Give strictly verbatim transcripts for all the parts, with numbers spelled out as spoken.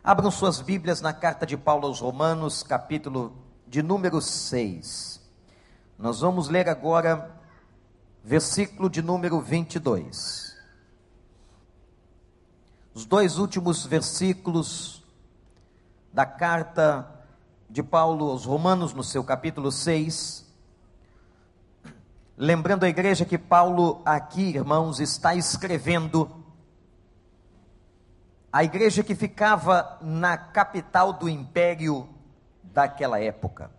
Abram suas Bíblias na carta de Paulo aos Romanos, capítulo de número seis. Nós vamos ler agora versículo de número vinte e dois. Os dois últimos versículos da carta de Paulo aos Romanos, no seu capítulo seis. Lembrando a igreja que Paulo aqui, irmãos, está escrevendo a igreja que ficava na capital do império daquela época.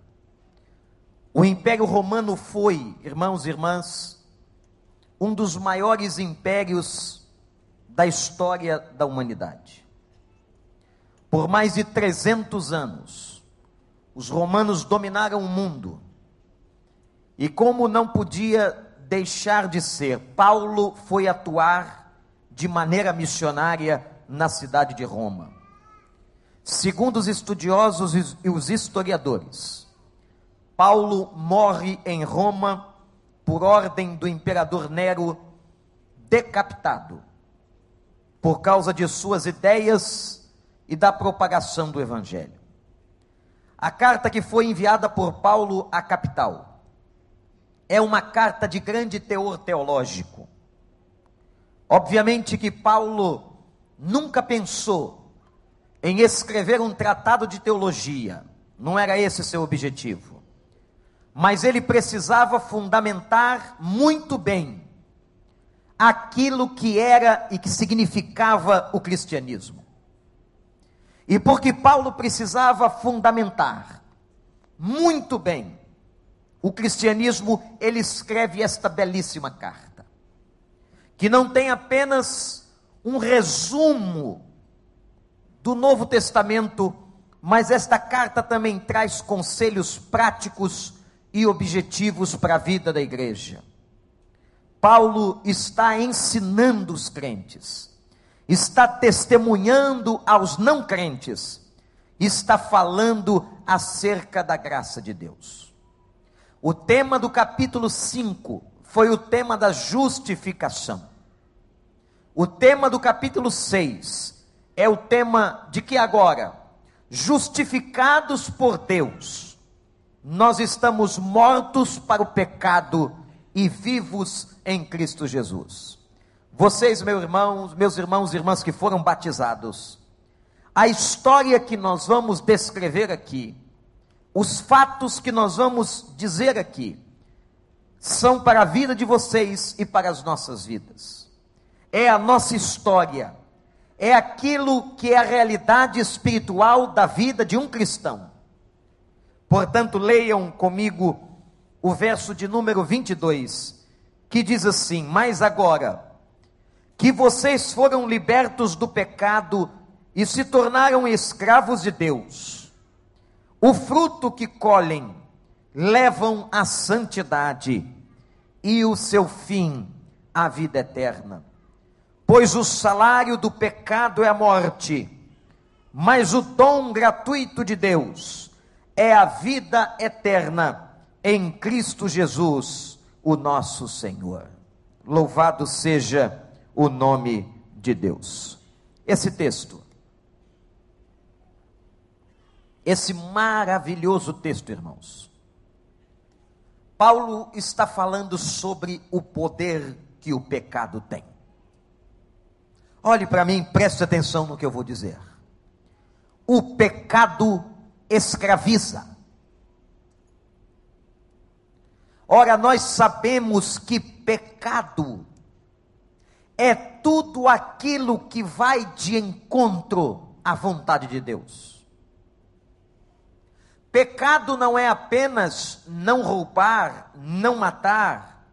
O Império Romano foi, irmãos e irmãs, um dos maiores impérios da história da humanidade. Por mais de trezentos anos, os romanos dominaram o mundo. E como não podia deixar de ser, Paulo foi atuar de maneira missionária na cidade de Roma. Segundo os estudiosos e os historiadores, Paulo morre em Roma por ordem do imperador Nero, decapitado, por causa de suas ideias e da propagação do evangelho. A carta que foi enviada por Paulo à capital é uma carta de grande teor teológico. Obviamente que Paulo nunca pensou em escrever um tratado de teologia, não era esse seu objetivo, mas ele precisava fundamentar muito bem aquilo que era e que significava o cristianismo. E porque Paulo precisava fundamentar muito bem o cristianismo, ele escreve esta belíssima carta, que não tem apenas um resumo do Novo Testamento, mas esta carta também traz conselhos práticos e objetivos para a vida da igreja. Paulo está ensinando os crentes, está testemunhando aos não crentes, está falando acerca da graça de Deus. O tema do capítulo cinco foi o tema da justificação. O tema do capítulo seis é o tema de que agora, justificados por Deus, nós estamos mortos para o pecado e vivos em Cristo Jesus. Vocês, meus irmãos, meus irmãos e irmãs que foram batizados, a história que nós vamos descrever aqui, os fatos que nós vamos dizer aqui, são para a vida de vocês e para as nossas vidas. É a nossa história, é aquilo que é a realidade espiritual da vida de um cristão. Portanto, leiam comigo o verso de número vinte e dois, que diz assim: mas agora que vocês foram libertos do pecado e se tornaram escravos de Deus, o fruto que colhem levam à santidade e o seu fim à vida eterna. Pois o salário do pecado é a morte, mas o dom gratuito de Deus é a vida eterna em Cristo Jesus, o nosso Senhor. Louvado seja o nome de Deus. Esse texto, esse maravilhoso texto, irmãos, Paulo está falando sobre o poder que o pecado tem. Olhe para mim, preste atenção no que eu vou dizer. O pecado escraviza. Ora, nós sabemos que pecado é tudo aquilo que vai de encontro à vontade de Deus. Pecado não é apenas não roubar, não matar,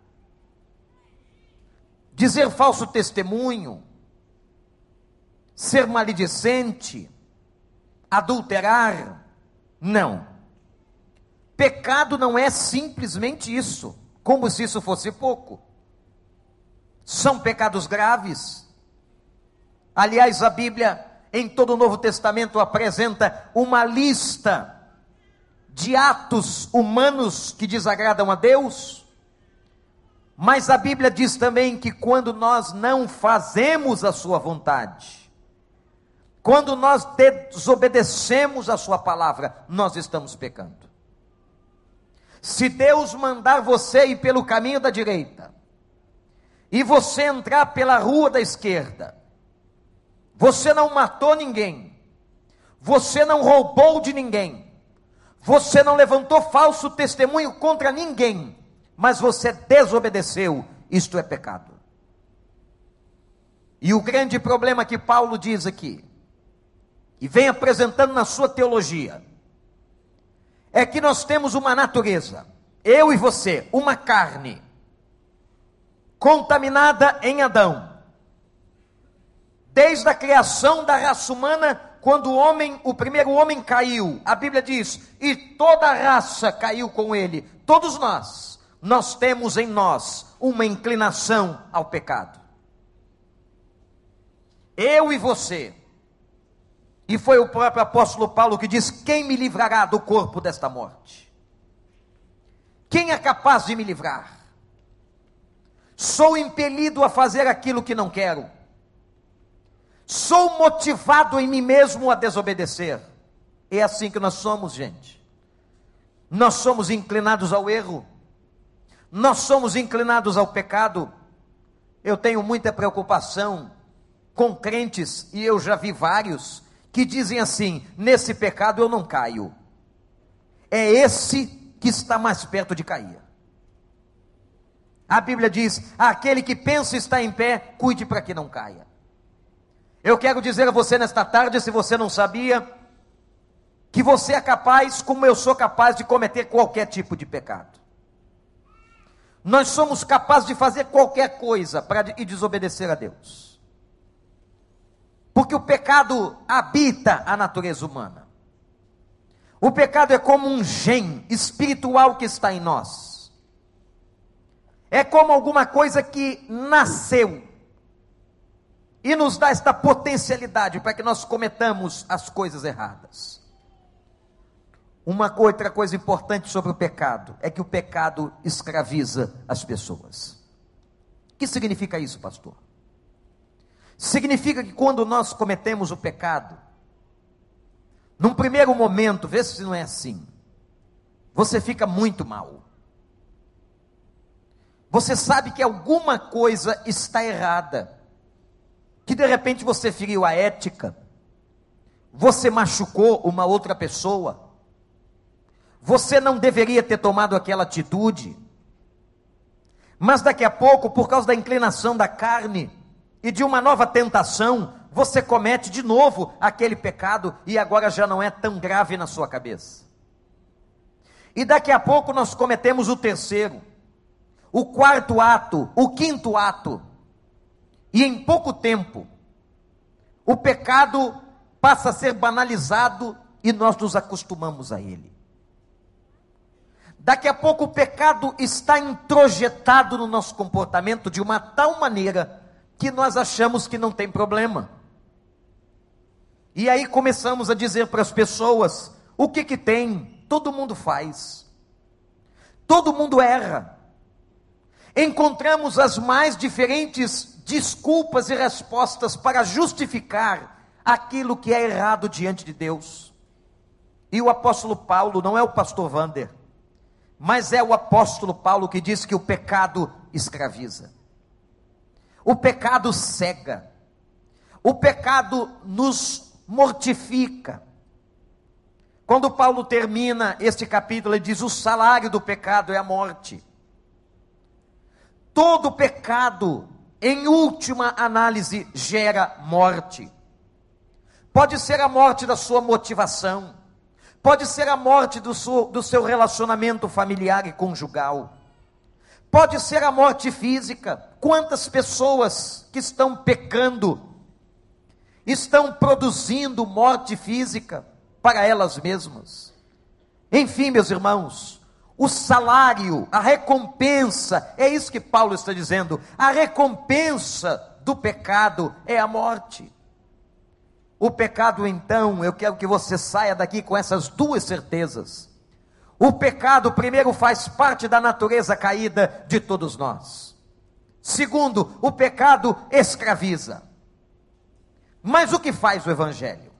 dizer falso testemunho, ser maledicente, adulterar. Não. Pecado não é simplesmente isso, como se isso fosse pouco. São pecados graves. Aliás, a Bíblia, em todo o Novo Testamento, apresenta uma lista de atos humanos que desagradam a Deus. Mas a Bíblia diz também que quando nós não fazemos a sua vontade, quando nós desobedecemos a sua palavra, nós estamos pecando. Se Deus mandar você ir pelo caminho da direita, e você entrar pela rua da esquerda, você não matou ninguém, você não roubou de ninguém, você não levantou falso testemunho contra ninguém, mas você desobedeceu, isto é pecado. E o grande problema que Paulo diz aqui, e vem apresentando na sua teologia, é que nós temos uma natureza, eu e você, uma carne, contaminada em Adão, desde a criação da raça humana, quando o homem, o primeiro homem caiu, a Bíblia diz, e toda a raça caiu com ele, todos nós, nós temos em nós uma inclinação ao pecado. Eu e você, e foi o próprio apóstolo Paulo que diz, quem me livrará do corpo desta morte? Quem é capaz de me livrar? Sou impelido a fazer aquilo que não quero. Sou motivado em mim mesmo a desobedecer. É assim que nós somos, gente. Nós somos inclinados ao erro. Nós somos inclinados ao pecado. Eu tenho muita preocupação com crentes, e eu já vi vários, que dizem assim, nesse pecado eu não caio. É esse que está mais perto de cair. A Bíblia diz, aquele que pensa estar em pé, cuide para que não caia. Eu quero dizer a você nesta tarde, se você não sabia, que você é capaz, como eu sou capaz, de cometer qualquer tipo de pecado. Nós somos capazes de fazer qualquer coisa para e desobedecer a Deus. Porque o pecado habita a natureza humana. O pecado é como um gene espiritual que está em nós. É como alguma coisa que nasceu e nos dá esta potencialidade para que nós cometamos as coisas erradas. Uma outra coisa importante sobre o pecado é que o pecado escraviza as pessoas. O que significa isso, pastor? Significa que quando nós cometemos o pecado, num primeiro momento, vê se não é assim, você fica muito mal. Você sabe que alguma coisa está errada, que de repente você feriu a ética, você machucou uma outra pessoa, você não deveria ter tomado aquela atitude, mas daqui a pouco, por causa da inclinação da carne e de uma nova tentação, você comete de novo aquele pecado e agora já não é tão grave na sua cabeça. E daqui a pouco nós cometemos o terceiro, o quarto ato, o quinto ato, e em pouco tempo, o pecado passa a ser banalizado e nós nos acostumamos a ele. Daqui a pouco o pecado está introjetado no nosso comportamento de uma tal maneira que nós achamos que não tem problema. E aí começamos a dizer para as pessoas, o que que tem? Todo mundo faz. Todo mundo erra. Encontramos as mais diferentes desculpas e respostas para justificar aquilo que é errado diante de Deus. E o apóstolo Paulo, não é o pastor Wander, mas é o apóstolo Paulo que diz que o pecado escraviza. O pecado cega. O pecado nos mortifica. Quando Paulo termina este capítulo, ele diz, o salário do pecado é a morte. Todo pecado, em última análise, gera morte. Pode ser a morte da sua motivação, pode ser a morte do seu, do seu relacionamento familiar e conjugal, pode ser a morte física. Quantas pessoas que estão pecando, estão produzindo morte física para elas mesmas? Enfim, meus irmãos, o salário, a recompensa, é isso que Paulo está dizendo, a recompensa do pecado é a morte. O pecado, então, eu quero que você saia daqui com essas duas certezas. O pecado, primeiro, faz parte da natureza caída de todos nós. Segundo, o pecado escraviza. Mas o que faz o Evangelho?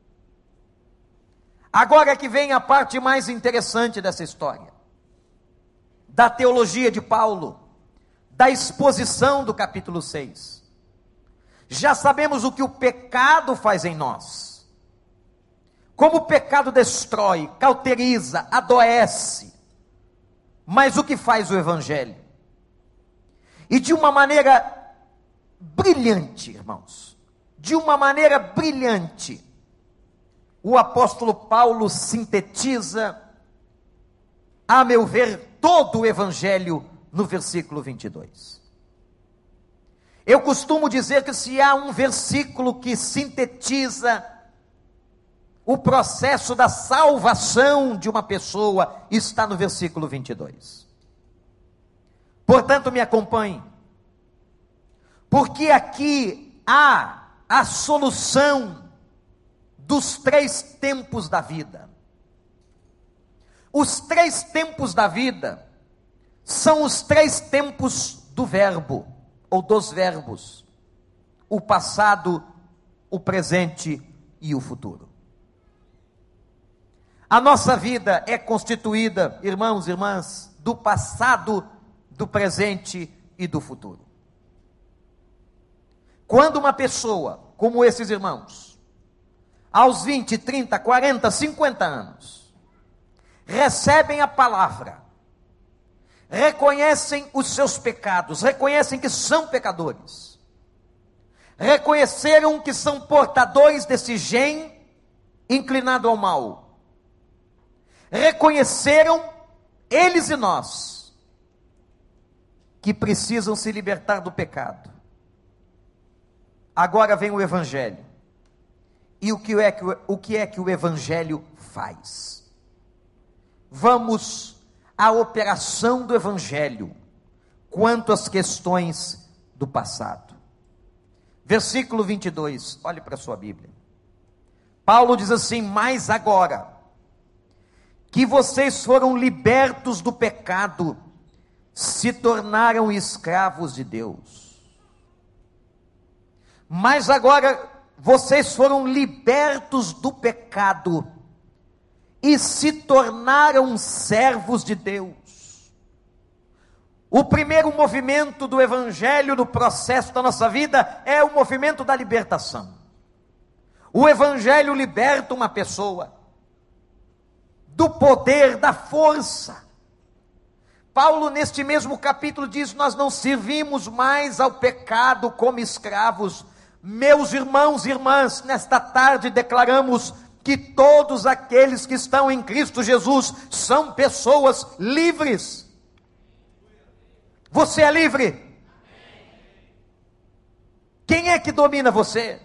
Agora é que vem a parte mais interessante dessa história, da teologia de Paulo, da exposição do capítulo seis. Já sabemos o que o pecado faz em nós, como o pecado destrói, cauteriza, adoece, mas o que faz o Evangelho? E de uma maneira brilhante, irmãos, de uma maneira brilhante, o apóstolo Paulo sintetiza, a meu ver, todo o Evangelho no versículo vinte e dois. Eu costumo dizer que se há um versículo que sintetiza o processo da salvação de uma pessoa, está no versículo vinte e dois. Portanto, me acompanhe, porque aqui há a solução dos três tempos da vida. Os três tempos da vida são os três tempos do verbo, ou dos verbos: o passado, o presente e o futuro. A nossa vida é constituída, irmãos e irmãs, do passado, do presente e do futuro. Quando uma pessoa, como esses irmãos, aos vinte, trinta, quarenta, cinquenta anos, recebem a palavra, reconhecem os seus pecados, reconhecem que são pecadores, reconheceram que são portadores desse gene inclinado ao mal, reconheceram, eles e nós, que precisam se libertar do pecado. Agora vem o Evangelho. E o que é que o, o que é que o Evangelho faz? Vamos à operação do Evangelho quanto às questões do passado. Versículo vinte e dois, olhe para a sua Bíblia. Paulo diz assim: mas agora que vocês foram libertos do pecado, se tornaram escravos de Deus. Mas agora vocês foram libertos do pecado e se tornaram servos de Deus. O primeiro movimento do Evangelho no processo da nossa vida é o movimento da libertação. O Evangelho liberta uma pessoa do poder, da força. Paulo, neste mesmo capítulo, diz: nós não servimos mais ao pecado como escravos. Meus irmãos e irmãs, nesta tarde declaramos que todos aqueles que estão em Cristo Jesus são pessoas livres. Você é livre? Quem é que domina você?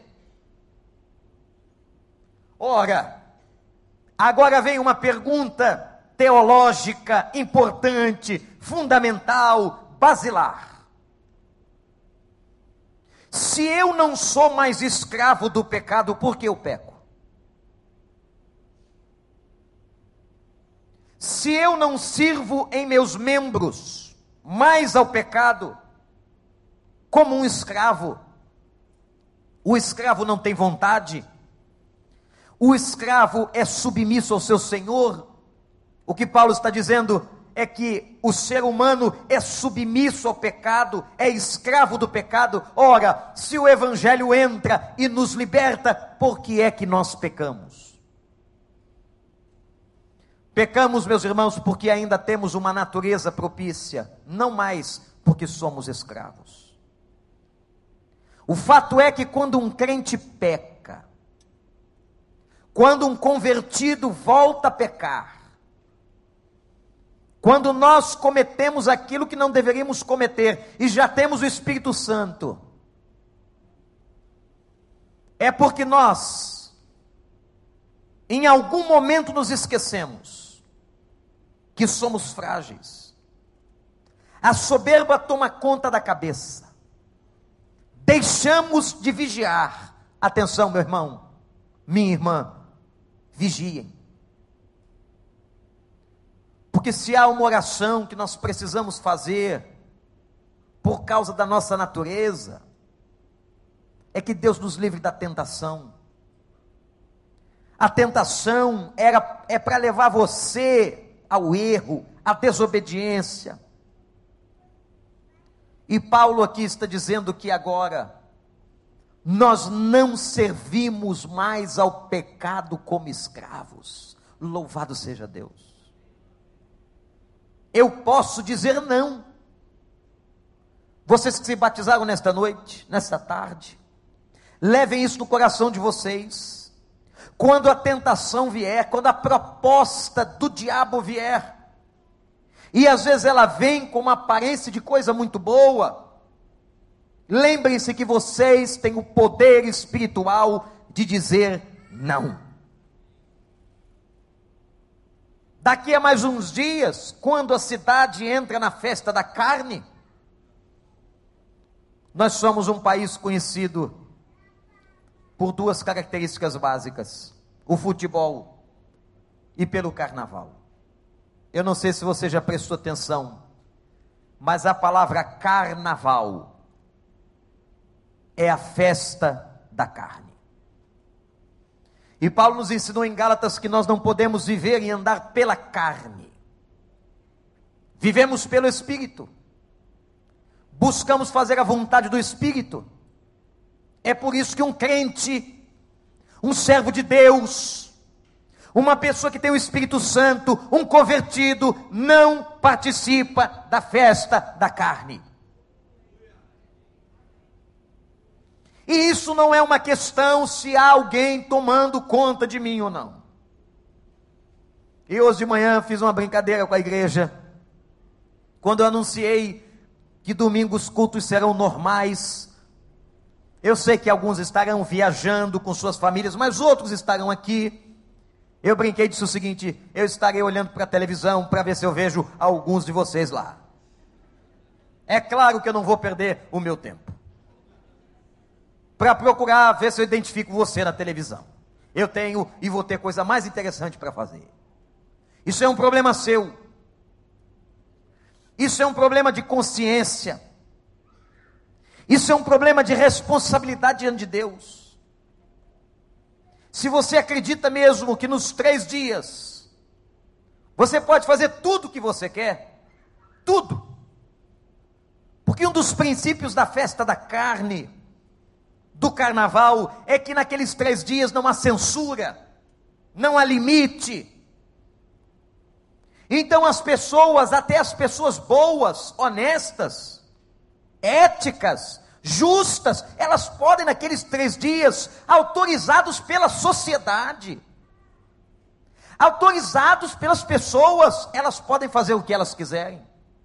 Ora, agora vem uma pergunta teológica importante, fundamental, basilar. Se eu não sou mais escravo do pecado, por que eu peco? Se eu não sirvo em meus membros mais ao pecado, como um escravo, o escravo não tem vontade, o escravo é submisso ao seu senhor. O que Paulo está dizendo é que o ser humano é submisso ao pecado, é escravo do pecado. Ora, se o Evangelho entra e nos liberta, por que é que nós pecamos? Pecamos, meus irmãos, porque ainda temos uma natureza propícia, não mais porque somos escravos. O fato é que quando um crente peca, quando um convertido volta a pecar, quando nós cometemos aquilo que não deveríamos cometer, e já temos o Espírito Santo, é porque nós, em algum momento nos esquecemos, que somos frágeis. A soberba toma conta da cabeça, deixamos de vigiar. Atenção, meu irmão, minha irmã, vigiem. Porque se há uma oração que nós precisamos fazer, por causa da nossa natureza, é que Deus nos livre da tentação. A tentação era, é para levar você ao erro, à desobediência. E Paulo aqui está dizendo que agora nós não servimos mais ao pecado como escravos. Louvado seja Deus. Eu posso dizer não. Vocês que se batizaram nesta noite, nesta tarde, levem isso no coração de vocês. Quando a tentação vier, quando a proposta do diabo vier, e às vezes ela vem com uma aparência de coisa muito boa, lembrem-se que vocês têm o poder espiritual de dizer não. Daqui a mais uns dias, quando a cidade entra na festa da carne, nós somos um país conhecido por duas características básicas: o futebol e pelo carnaval. Eu não sei se você já prestou atenção, mas a palavra carnaval é a festa da carne. E Paulo nos ensinou em Gálatas que nós não podemos viver e andar pela carne. Vivemos pelo Espírito. Buscamos fazer a vontade do Espírito. É por isso que um crente, um servo de Deus, uma pessoa que tem o Espírito Santo, um convertido, não participa da festa da carne. E isso não é uma questão se há alguém tomando conta de mim ou não. E hoje de manhã fiz uma brincadeira com a igreja, quando eu anunciei que domingo os cultos serão normais. Eu sei que alguns estarão viajando com suas famílias, mas outros estarão aqui. Eu brinquei e disse o seguinte: eu estarei olhando para a televisão para ver se eu vejo alguns de vocês lá. É claro que eu não vou perder o meu tempo para procurar ver se eu identifico você na televisão. Eu tenho e vou ter coisa mais interessante para fazer. Isso é um problema seu. Isso é um problema de consciência. Isso é um problema de responsabilidade diante de Deus. Se você acredita mesmo que nos três dias você pode fazer tudo o que você quer, tudo, porque um dos princípios da festa da carne, do carnaval, é que naqueles três dias não há censura, não há limite. Então as pessoas, até as pessoas boas, honestas, éticas, justas, elas podem naqueles três dias, autorizados pela sociedade, autorizados pelas pessoas, elas podem fazer o que elas quiserem.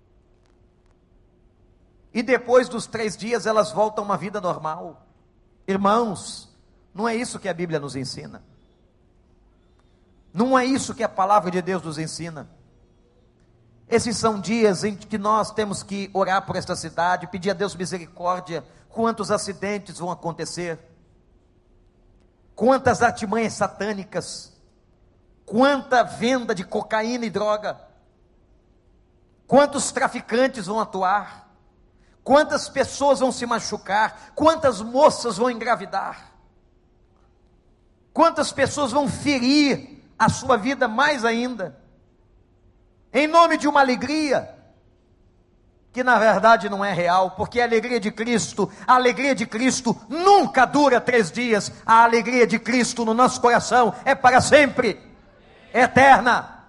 E depois dos três dias elas voltam a uma vida normal. Irmãos, não é isso que a Bíblia nos ensina. Não é isso que a palavra de Deus nos ensina. Esses são dias em que nós temos que orar por esta cidade, pedir a Deus misericórdia. Quantos acidentes vão acontecer? Quantas artimanhas satânicas? Quanta venda de cocaína e droga? Quantos traficantes vão atuar? Quantas pessoas vão se machucar? Quantas moças vão engravidar? Quantas pessoas vão ferir a sua vida mais ainda? Em nome de uma alegria que na verdade não é real, porque a alegria de Cristo, a alegria de Cristo nunca dura três dias. A alegria de Cristo no nosso coração é para sempre, é eterna.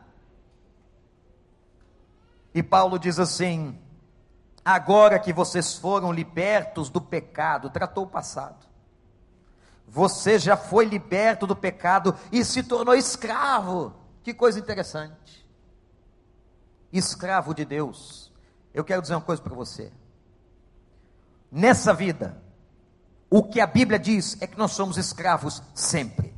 E Paulo diz assim: agora que vocês foram libertos do pecado, tratou o passado, você já foi liberto do pecado e se tornou escravo. Que coisa interessante. Escravo de Deus. Eu quero dizer uma coisa para você. Nessa vida, o que a Bíblia diz é que nós somos escravos sempre.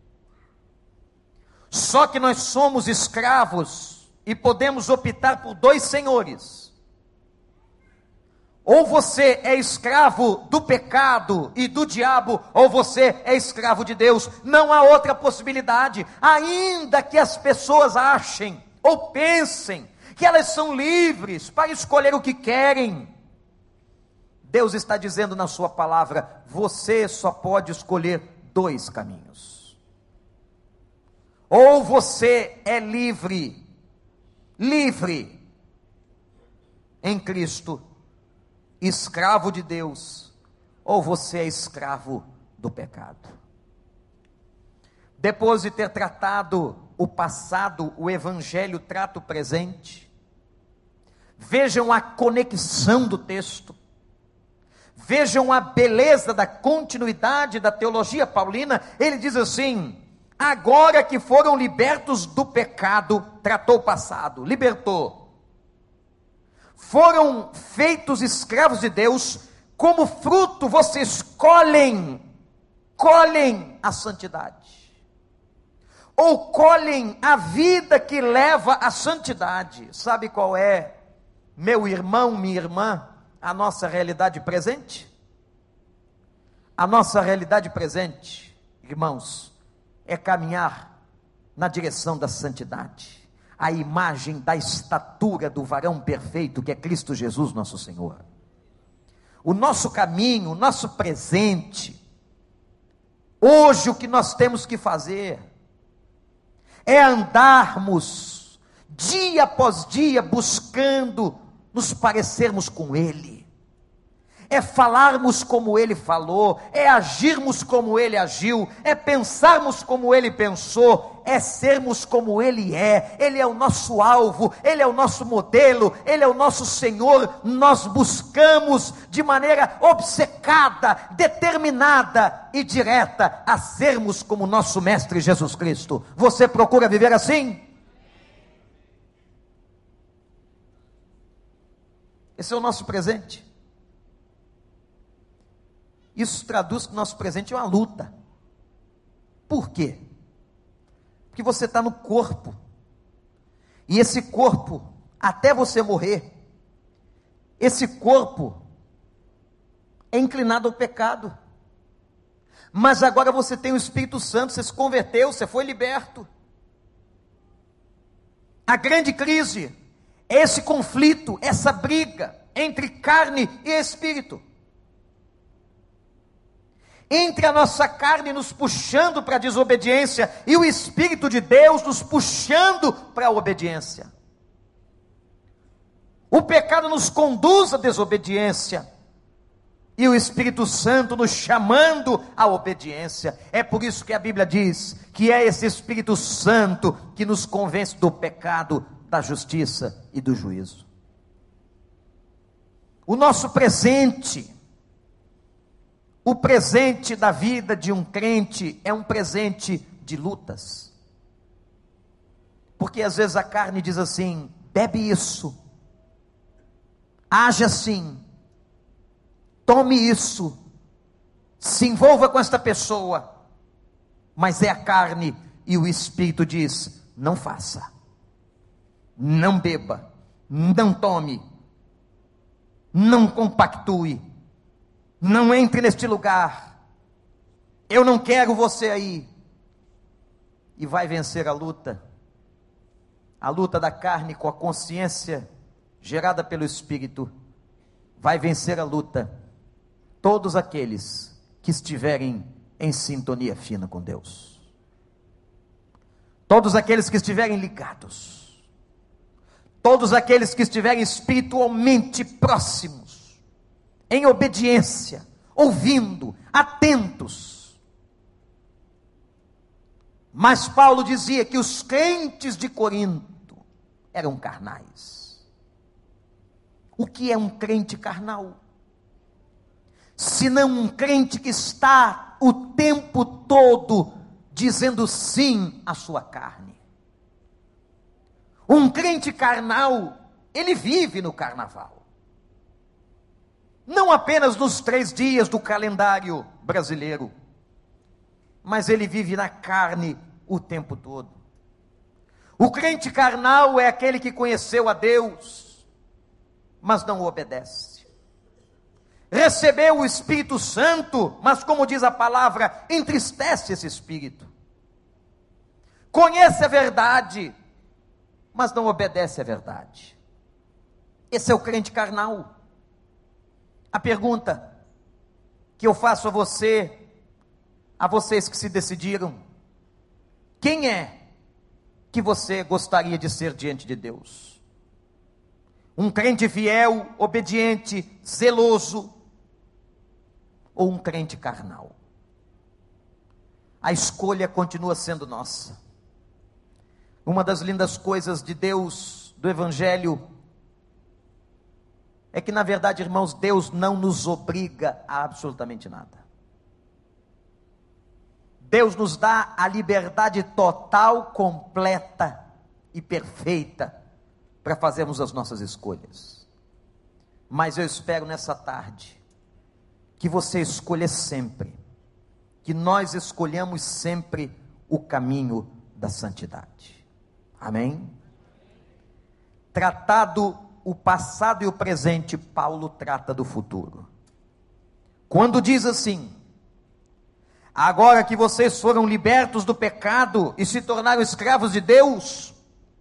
Só que nós somos escravos e podemos optar por dois senhores. Ou você é escravo do pecado e do diabo, ou você é escravo de Deus. Não há outra possibilidade. Ainda que as pessoas achem ou pensem que elas são livres para escolher o que querem, Deus está dizendo na sua palavra: você só pode escolher dois caminhos. Ou você é livre, livre em Cristo, escravo de Deus, ou você é escravo do pecado. Depois de ter tratado o passado, o Evangelho trata o presente. Vejam a conexão do texto. Vejam a beleza da continuidade da teologia paulina. Ele diz assim: agora que foram libertos do pecado, tratou o passado, libertou. Foram feitos escravos de Deus, como fruto vocês colhem, colhem a santidade. Ou colhem a vida que leva à santidade. Sabe qual é, meu irmão, minha irmã, a nossa realidade presente? A nossa realidade presente, irmãos, é caminhar na direção da santidade, a imagem da estatura do varão perfeito que é Cristo Jesus nosso Senhor. O nosso caminho, o nosso presente, hoje o que nós temos que fazer é andarmos dia após dia buscando nos parecermos com Ele, é falarmos como Ele falou, é agirmos como Ele agiu, é pensarmos como Ele pensou, é sermos como Ele é. Ele é o nosso alvo, Ele é o nosso modelo, Ele é o nosso Senhor. Nós buscamos de maneira obcecada, determinada e direta a sermos como nosso Mestre Jesus Cristo. Você procura viver assim? Esse é o nosso presente. Isso traduz que o nosso presente é uma luta. Por quê? Porque você está no corpo, e esse corpo, até você morrer, esse corpo é inclinado ao pecado. Mas agora você tem o Espírito Santo, você se converteu, você foi liberto. A grande crise é esse conflito, essa briga entre carne e espírito. Entre a nossa carne nos puxando para a desobediência e o Espírito de Deus nos puxando para a obediência. O pecado nos conduz à desobediência e o Espírito Santo nos chamando à obediência. É por isso que a Bíblia diz que é esse Espírito Santo que nos convence do pecado, da justiça e do juízo. O nosso presente, o presente da vida de um crente é um presente de lutas. Porque às vezes a carne diz assim: bebe isso, age assim, tome isso, se envolva com esta pessoa. Mas é a carne, e o Espírito diz: não faça, não beba, não tome, não compactue, não entre neste lugar, eu não quero você aí. E vai vencer a luta, a luta da carne com a consciência gerada pelo Espírito. Vai vencer a luta todos aqueles que estiverem em sintonia fina com Deus, todos aqueles que estiverem ligados, todos aqueles que estiverem espiritualmente próximos, em obediência, ouvindo, atentos. Mas Paulo dizia que os crentes de Corinto eram carnais. O que é um crente carnal? Senão um crente que está o tempo todo dizendo sim à sua carne. Um crente carnal, ele vive no carnaval. Não apenas nos três dias do calendário brasileiro, mas ele vive na carne o tempo todo. O crente carnal é aquele que conheceu a Deus, mas não o obedece. Recebeu o Espírito Santo, mas como diz a palavra, entristece esse Espírito. Conhece a verdade, mas não obedece à verdade. Esse é o crente carnal. A pergunta que eu faço a você, a vocês que se decidiram: quem é que você gostaria de ser diante de Deus? Um crente fiel, obediente, zeloso, ou um crente carnal? A escolha continua sendo nossa. Uma das lindas coisas de Deus, do Evangelho, é que, na verdade, irmãos, Deus não nos obriga a absolutamente nada. Deus nos dá a liberdade total, completa e perfeita para fazermos as nossas escolhas. Mas eu espero nessa tarde que você escolha sempre, que nós escolhamos sempre o caminho da santidade. Amém? Tratado o passado e o presente, Paulo trata do futuro. Quando diz assim: agora que vocês foram libertos do pecado e se tornaram escravos de Deus,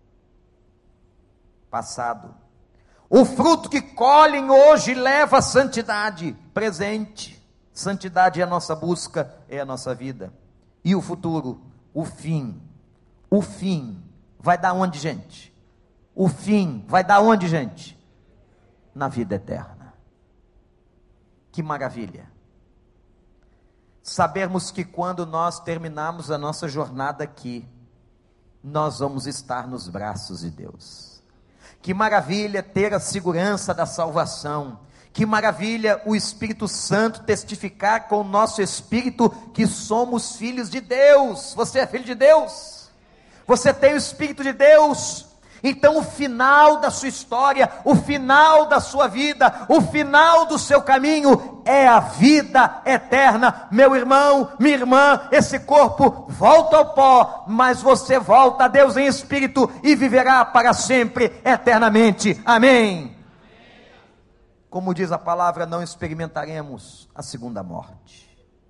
passado, o fruto que colhem hoje leva à santidade, presente, santidade é a nossa busca, é a nossa vida. E o futuro, o fim, o fim, vai dar onde, gente? O fim vai dar onde, gente? Na vida eterna. Que maravilha sabermos que quando nós terminarmos a nossa jornada aqui, nós vamos estar nos braços de Deus. Que maravilha ter a segurança da salvação. Que maravilha o Espírito Santo testificar com o nosso espírito que somos filhos de Deus. Você é filho de Deus? Você tem o Espírito de Deus? Então o final da sua história, o final da sua vida, o final do seu caminho é a vida eterna. Meu irmão, minha irmã, esse corpo volta ao pó, mas você volta a Deus em espírito e viverá para sempre, eternamente. Amém? Como diz a palavra, não experimentaremos a segunda morte.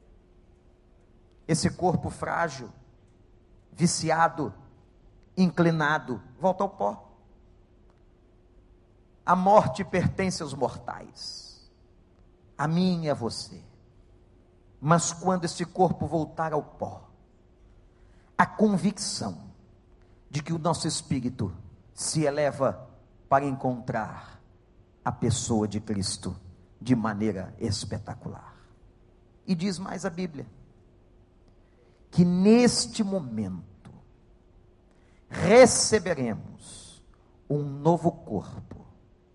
Esse corpo frágil, viciado, inclinado, volta ao pó. A morte pertence aos mortais, a mim e a você. Mas quando esse corpo voltar ao pó, a convicção de que o nosso espírito se eleva para encontrar a pessoa de Cristo de maneira espetacular. E diz mais a Bíblia, que neste momento receberemos um novo corpo,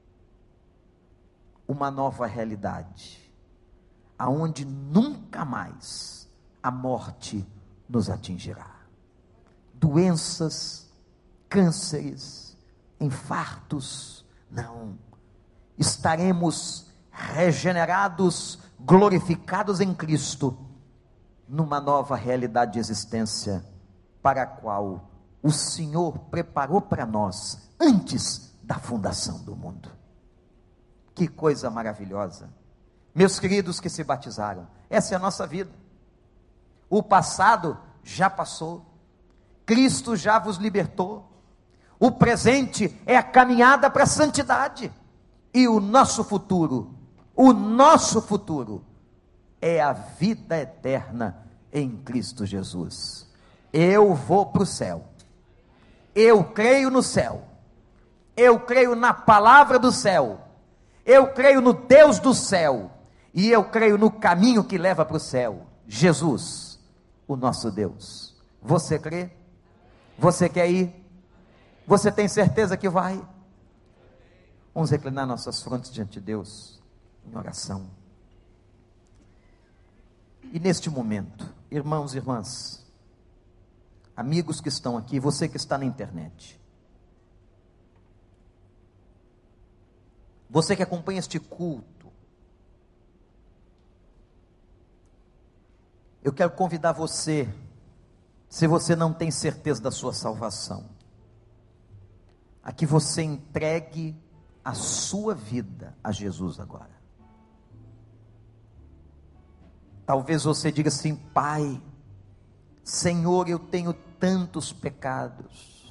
uma nova realidade, aonde nunca mais a morte nos atingirá. Doenças, cânceres, infartos, não. Estaremos regenerados, glorificados em Cristo, numa nova realidade de existência, para a qual o Senhor preparou para nós, antes da fundação do mundo. Que coisa maravilhosa! Meus queridos que se batizaram, essa é a nossa vida. O passado já passou, Cristo já vos libertou, o presente é a caminhada para a santidade, e o nosso futuro, o nosso futuro, é a vida eterna em Cristo Jesus. Eu vou para o céu, eu creio no céu, eu creio na palavra do céu, eu creio no Deus do céu, e eu creio no caminho que leva para o céu, Jesus, o nosso Deus. Você crê? Você quer ir? Você tem certeza que vai? Vamos reclinar nossas frontes diante de Deus, em oração. E neste momento, irmãos e irmãs, amigos que estão aqui, você que está na internet, você que acompanha este culto, eu quero convidar você, se você não tem certeza da sua salvação, a que você entregue a sua vida a Jesus agora. Talvez você diga assim: Pai, Senhor, eu tenho tantos pecados,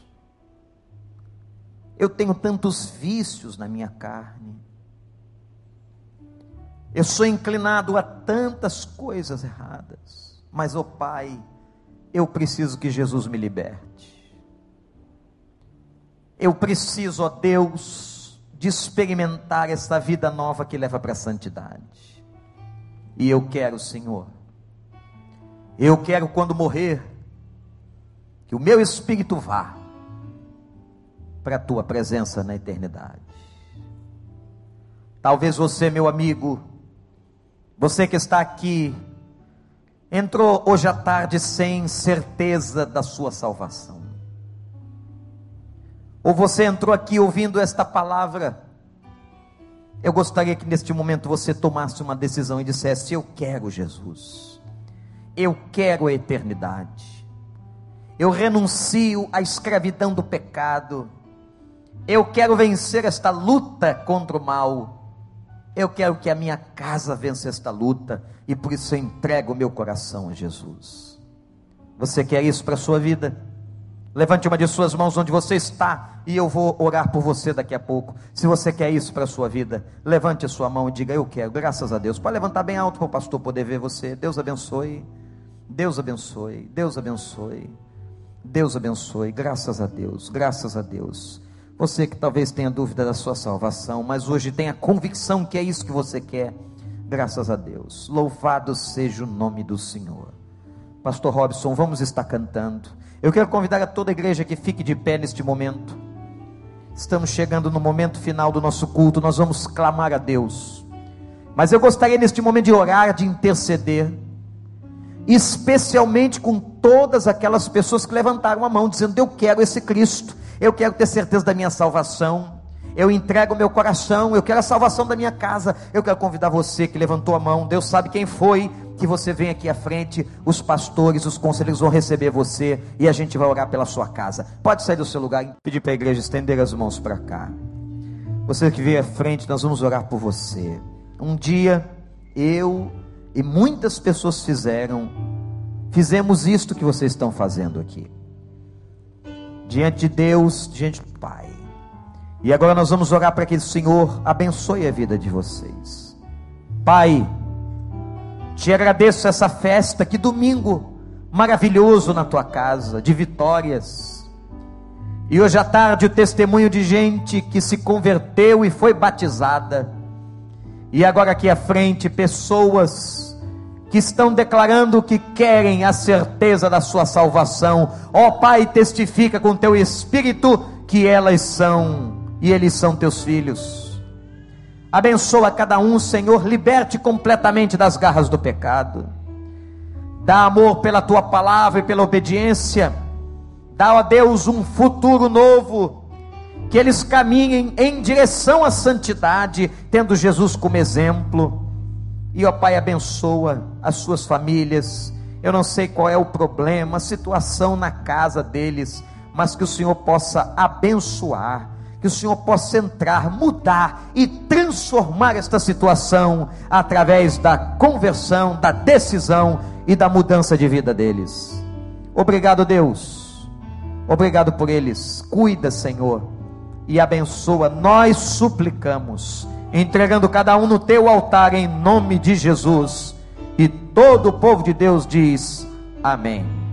eu tenho tantos vícios na minha carne, Eu sou inclinado a tantas coisas erradas, mas, ó Pai, eu preciso que Jesus me liberte. Eu preciso, ó Deus, de experimentar essa vida nova que leva para a santidade. E eu quero, Senhor, eu quero quando morrer, que o meu espírito vá para a tua presença na eternidade. Talvez você, meu amigo, você que está aqui, entrou hoje à tarde sem certeza da sua salvação. Ou você entrou aqui ouvindo esta palavra. Eu gostaria que neste momento você tomasse uma decisão e dissesse: eu quero Jesus, eu quero a eternidade, eu renuncio à escravidão do pecado, eu quero vencer esta luta contra o mal, eu quero que a minha casa vença esta luta, e por isso eu entrego o meu coração a Jesus. Você quer isso para a sua vida? Levante uma de suas mãos onde você está, e eu vou orar por você daqui a pouco. Se você quer isso para a sua vida, levante a sua mão e diga: eu quero, graças a Deus. Pode levantar bem alto para o pastor poder ver você. Deus abençoe, Deus abençoe, Deus abençoe, Deus abençoe, graças a Deus, graças a Deus. Você que talvez tenha dúvida da sua salvação, mas hoje tem a convicção que é isso que você quer, graças a Deus. Louvado seja o nome do Senhor. Pastor Robson, vamos estar cantando. Eu quero convidar a toda a igreja que fique de pé neste momento. Estamos chegando no momento final do nosso culto, nós vamos clamar a Deus. Mas eu gostaria neste momento de orar, de interceder, especialmente com todas aquelas pessoas que levantaram a mão, dizendo: eu quero esse Cristo, eu quero ter certeza da minha salvação, eu entrego o meu coração, eu quero a salvação da minha casa. Eu quero convidar você que levantou a mão, Deus sabe quem foi, que você venha aqui à frente, os pastores, os conselheiros vão receber você, e a gente vai orar pela sua casa. Pode sair do seu lugar e pedir para a igreja estender as mãos para cá. Você que veio à frente, nós vamos orar por você. Um dia, eu e muitas pessoas fizeram, fizemos isto que vocês estão fazendo aqui, diante de Deus, diante do Pai. E agora nós vamos orar para que o Senhor abençoe a vida de vocês. Pai, te agradeço essa festa, que domingo maravilhoso na tua casa, de vitórias. E hoje à tarde o testemunho de gente que se converteu e foi batizada. E agora aqui à frente, pessoas que estão declarando que querem a certeza da sua salvação. Ó Pai, testifica com teu Espírito que elas são, e eles são teus filhos. Abençoa cada um, Senhor, liberte completamente das garras do pecado, dá amor pela tua palavra e pela obediência, dá a Deus um futuro novo, que eles caminhem em direção à santidade, tendo Jesus como exemplo. E ó Pai, abençoa as suas famílias. Eu não sei qual é o problema, a situação na casa deles, mas que o Senhor possa abençoar, que o Senhor possa entrar, mudar e transformar esta situação, através da conversão, da decisão e da mudança de vida deles. Obrigado, Deus, obrigado por eles. Cuida, Senhor, e abençoa. Nós suplicamos, entregando cada um no teu altar, em nome de Jesus. E todo o povo de Deus diz amém.